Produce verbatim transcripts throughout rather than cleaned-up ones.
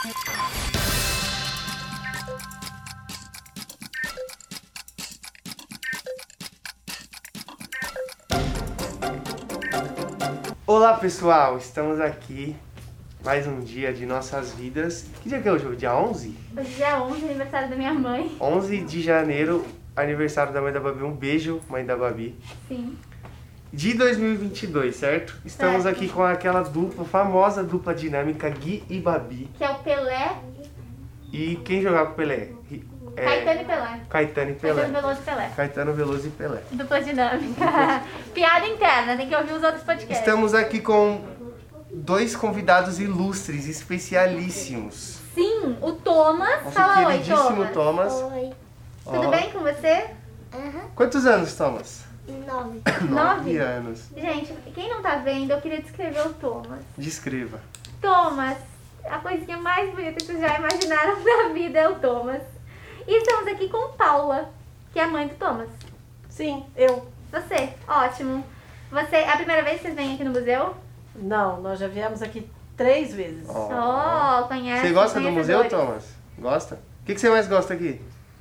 Olá pessoal, estamos aqui mais um dia de nossas vidas. Que dia que é hoje? Dia onze? Hoje é dia onze, aniversário da minha mãe. onze de janeiro, aniversário da mãe da Babi. Um beijo, mãe da Babi. Sim. De dois mil e vinte e dois, certo? Estamos certo. aqui com aquela dupla, famosa dupla dinâmica, Gui e Babi. Que é o Pelé. E quem jogava com o Pelé? É... Caetano e Pelé. Caetano e Pelé. Caetano Veloso e Pelé. Caetano Veloso e Pelé. Dupla dinâmica. Piada interna, tem que ouvir os outros podcasts. Estamos aqui com dois convidados ilustres, especialíssimos. Sim, o Thomas. Nosso Fala oi, queridíssimo Thomas. Thomas. Oi. Tudo Ó. bem com você? Aham. Quantos anos, Thomas? Nove. Nove anos. Gente, quem não tá vendo, eu queria descrever o Thomas. Descreva. Thomas, a coisinha mais bonita que vocês já imaginaram na vida é o Thomas. E estamos aqui com Paula, que é a mãe do Thomas. Sim, eu. Você, ótimo. Você, é a primeira vez que vocês vêm aqui no museu? Não, nós já viemos aqui três vezes. Ó. Oh, conhece. Você gosta do museu, conhecedores. Thomas? Gosta? O que que você mais gosta aqui?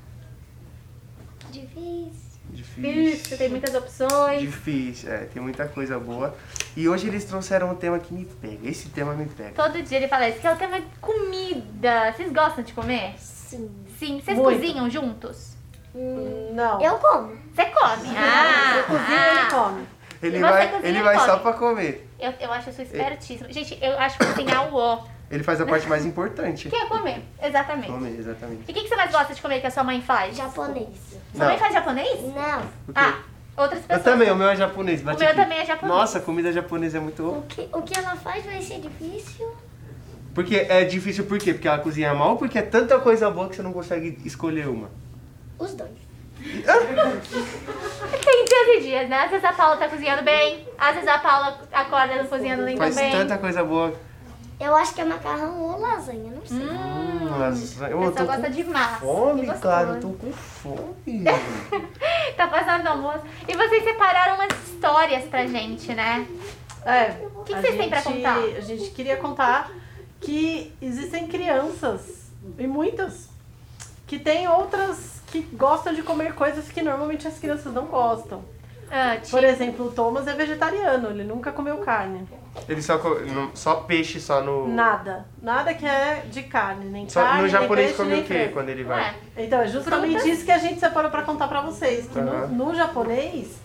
Difícil. Difícil, tem muitas opções. Difícil, é, tem muita coisa boa. E hoje eles trouxeram um tema que me pega. Esse tema me pega. Todo dia ele fala isso, que é o tema de comida. Vocês gostam de comer? Sim. Sim. Vocês Muito. cozinham juntos? Hum, Não. eu como. Você come? Ah, Eu cozinho ah. e ele come. Ele E você vai, cozinha ele e vai só come? pra comer. Eu, eu acho isso espertíssimo. Gente, eu acho cozinhar o ó. Ele faz a parte mais importante. Que é comer, exatamente. Comer, exatamente. E o que, que você mais gosta de comer que a sua mãe faz? Japonês. Sua mãe Não. faz japonês? Não. O quê? Ah, outras Eu pessoas. também, o meu é japonês. bate O meu aqui. também é japonês. Nossa, a comida japonesa é muito boa. O que, o que ela faz vai ser difícil? Porque é difícil por quê? Porque ela cozinha mal ou porque é tanta coisa boa que você não consegue escolher uma? Os dois. Tem dias e dias, né? Às vezes a Paula tá cozinhando bem, às vezes a Paula acorda não cozinhando nem tão Faz bem. tanta coisa boa. Eu acho que é macarrão ou lasanha, não sei. Hum, lasanha. Eu A tô pessoa gosta com de massa. fome, Que cara. Eu gostoso. tô com fome. Tá passando do almoço. E vocês separaram umas histórias pra gente, né? É. O que a vocês têm pra gente- contar? A gente queria contar que existem crianças, e muitas, que tem outras que gostam de comer coisas que normalmente as crianças não gostam. Ah, Por tipo, exemplo, o Thomas é vegetariano, ele nunca comeu carne. Ele só, co- não- só peixe, só no... Nada. Nada que é de carne, nem Só, carne, no nem japonês peixe, come nem o quê frango. quando ele ué, vai? Então, é justamente Frutas. isso que a gente separou para contar para vocês. Que Aham. no, no japonês,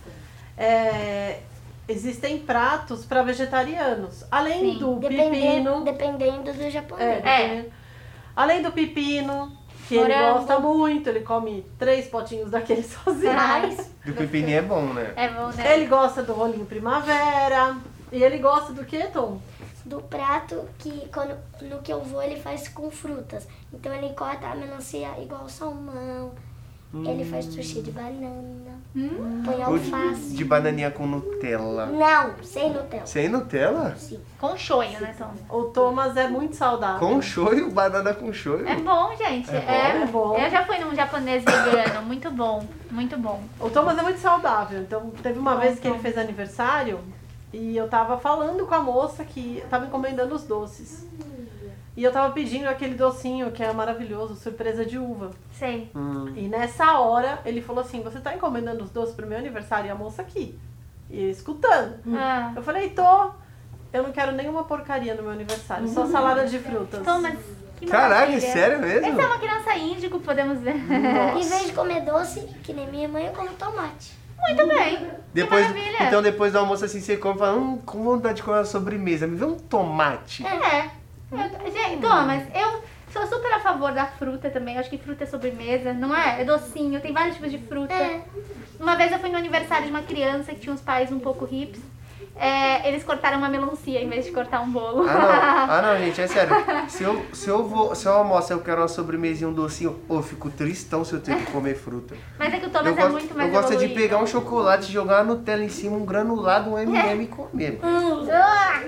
é, existem pratos para vegetarianos. Além Sim. do Dependendo, pepino. dependendo do É, japonês. dependendo- Além do pepino, que ele Morango. gosta muito, ele come três potinhos daquele sozinho. Mas Do pepininho é bom, né? é bom, né? Ele gosta do rolinho primavera. E ele gosta do que, Tom? do prato que quando no que eu vou ele faz com frutas. Então ele corta a melancia igual salmão. Ele faz sushi de banana. Hum, Põe Ou de, alface. de bananinha com Nutella. Não, sem Nutella. Sem Nutella? Sim. com shoyu, né, Tom? O Thomas é muito saudável. Com shoyu? Banana com shoyu? É bom, gente. É bom? Eu já fui num japonês vegano, muito bom, muito bom. O Thomas é muito saudável. Então, teve uma vez que ele fez aniversário e eu tava falando com a moça que tava encomendando os doces. E eu tava pedindo aquele docinho que é maravilhoso, surpresa de uva. Sei. Hum. E nessa hora ele falou assim: você tá encomendando os doces pro meu aniversário? E a moça aqui. E eu escutando. Ah. Eu falei: tô. Eu não quero nenhuma porcaria no meu aniversário, só salada de frutas. Thomas, que Caralho, maravilha. sério mesmo? Essa é uma criança índico, podemos ver. Em vez de comer doce, que nem minha mãe, eu como tomate. Muito bem. Depois, que maravilha. então depois do almoço assim você come e fala, hum, com vontade de comer uma sobremesa, me vê um tomate. É. Eu, gente, Thomas, eu sou super a favor da fruta também. Eu acho que fruta é sobremesa, não é? É docinho, tem vários tipos de fruta. É. Uma vez eu fui no aniversário de uma criança que tinha uns pais um pouco hips. É, eles cortaram uma melancia em vez de cortar um bolo. Ah não, ah, não gente, é sério. Se eu, se eu vou, se eu almoço e eu quero uma sobremesa e um docinho, ô, eu fico tristão se eu tenho que comer fruta. Mas é que o Eu Thomas é gosto, muito mais eu gosto de evoluído. pegar um chocolate, jogar uma Nutella em cima, um granulado, um M and M e comer. Ah,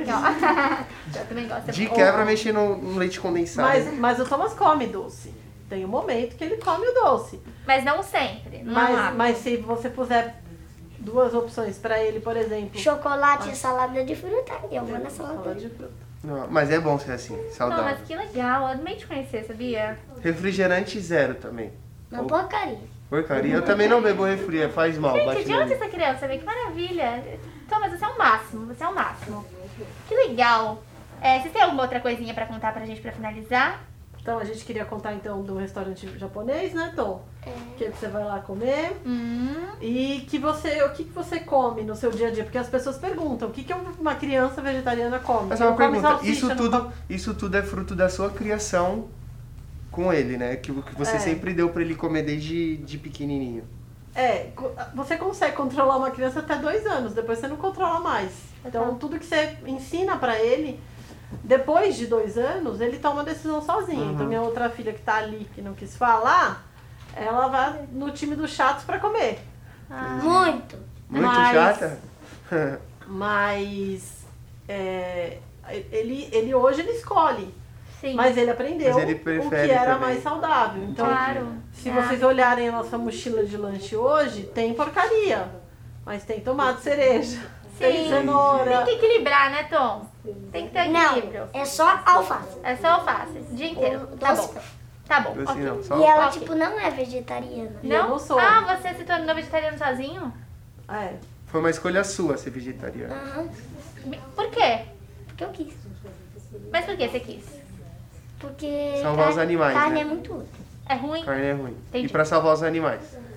ó. Eu também gosto. De quebra mexer no, no leite condensado. Mas, mas o Thomas come doce. Tem um momento que ele come o doce. Mas não sempre. Não é um Mas, hábito. mas se você puser duas opções pra ele, por exemplo, Chocolate e salada de fruta, eu vou na salada salada de de fruta. Não, mas é bom ser assim, Não, saudável. mas que legal. Eu amei te conhecer, sabia? Refrigerante zero também. Uma porcaria. Porcaria. Eu também não bebo refri, faz mal. Gente, bate de no- onde essa criança veio? Que maravilha. Thomas, você é o máximo. Você é o máximo. Que legal. É, vocês têm alguma outra coisinha pra contar pra gente pra finalizar? Então a gente queria contar então do restaurante japonês, né, Tom? É. Que você vai lá comer. Hum. E que você, o que, que você come no seu dia a dia? Porque as pessoas perguntam, o que, que uma criança vegetariana come? Mas é uma Não come pergunta, salsicha, isso não tudo, come- isso tudo é fruto da sua criação com ele, né? Que, que você É. sempre deu pra ele comer desde de pequenininho. É, co- você consegue controlar uma criança até dois anos, depois você não controla mais. Então tudo que você ensina pra ele, depois de dois anos, ele toma a decisão sozinho. Uhum. Então minha outra filha que tá ali, que não quis falar, ela vai no time dos chatos pra comer. Muito. Muito Mas- chata? Mas é, ele, ele hoje ele escolhe. Sim. Mas ele aprendeu Mas ele o que prefere era também. mais saudável. Então, Claro. se É. vocês olharem a nossa mochila de lanche hoje, tem porcaria. Mas tem tomate cereja, tem Sim. cenoura. Tem que equilibrar, né, Tom? Tem que ter Não, equilíbrio. é só alface. É só alface, o dia inteiro. O Tá doce bom. não. Tá bom. Assim ok. não, só... E ela, Ok. tipo, não é vegetariana. E eu não sou. Ah, você se tornou vegetariano sozinho? É. Foi uma escolha sua ser vegetariano. Aham. Por quê? Porque eu quis. Mas por que você quis? Porque Salvar os animais, carne né? é muito útil. É ruim? Carne é ruim. Entendi. E pra salvar os animais?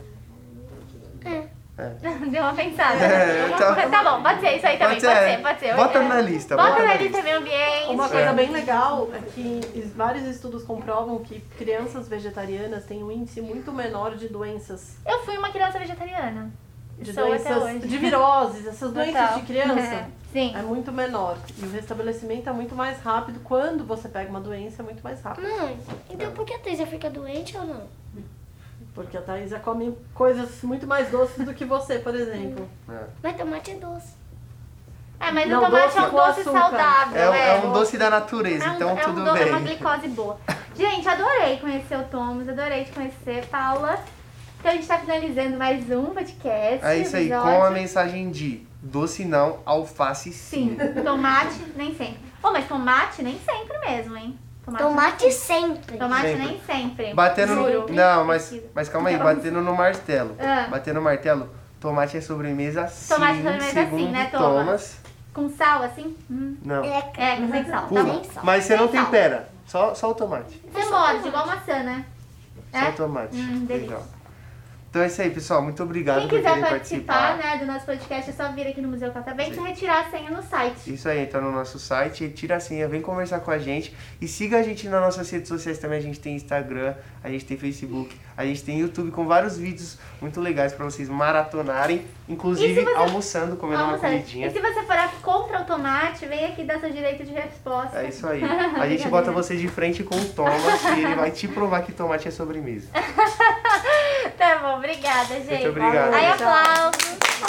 É. Deu uma pensada. É, tá... tá- tá bom, pode ser isso aí também. Pode Pode ser. ser, pode ser. Bota É. na lista, Bota, bota na na lista lista. meio ambiente. Uma coisa É. bem legal é que es- vários estudos comprovam que crianças vegetarianas têm um índice muito menor de doenças. Eu fui uma criança vegetariana. De Sou até doenças, hoje. de viroses, essas doenças Total. de criança. Sim. É muito menor. E o restabelecimento é muito mais rápido. Quando você pega uma doença, é muito mais rápido. Mãe, então por que a Teisa fica doente ou não? Porque a Thaísa come coisas muito mais doces do que você, por exemplo. É. Mas tomate é doce. É, mas Não, o tomate doce é um com doce açúcar. saudável. É, um- é. é um doce da natureza, É um- então é um tudo do- É uma bem. glicose boa. Gente, adorei conhecer o Thomas, adorei te conhecer, Paula. Então a gente tá finalizando mais um podcast. É isso aí, com episódio. a mensagem de doce não, alface sim. Sim, tomate nem sempre. Pô, mas tomate nem sempre mesmo, hein? Tomate sempre. Tomate Sempre. nem sempre. Batendo Juro. no... Não, mas, Pesquisa. mas calma aí, Então, batendo no martelo. Ah. Batendo no martelo, tomate é sobremesa sim, Tomate é sobremesa segundo sim, né, Thomas? Thomas. Com sal, assim? Hum. Não, É, É, sem sal, tá puro. bom. Sem sal. Mas você não Sem sal. tempera, só, só o tomate. Você morde, igual maçã, né? Só É? o tomate. Hum, delícia. Legal. Então é isso aí, pessoal. Muito obrigado Quem por quiser terem participar, participado. né, do nosso podcast, é só vir aqui no Museu Catavento e retirar a senha no site. Isso aí, entra no nosso site, tira a senha, vem conversar com a gente e siga a gente nas nossas redes sociais também. A gente tem Instagram, a gente tem Facebook, a gente tem YouTube com vários vídeos muito legais pra vocês maratonarem, inclusive E se você- almoçando, comendo Vamos uma ver. comidinha. E se você for contra o tomate, vem aqui dar seu direito de resposta. É isso aí. A gente bota você de frente com o Thomas e ele vai te provar que tomate é sobremesa. Tá bom, obrigada, gente. Muito obrigado. Aí Tchau. aplausos.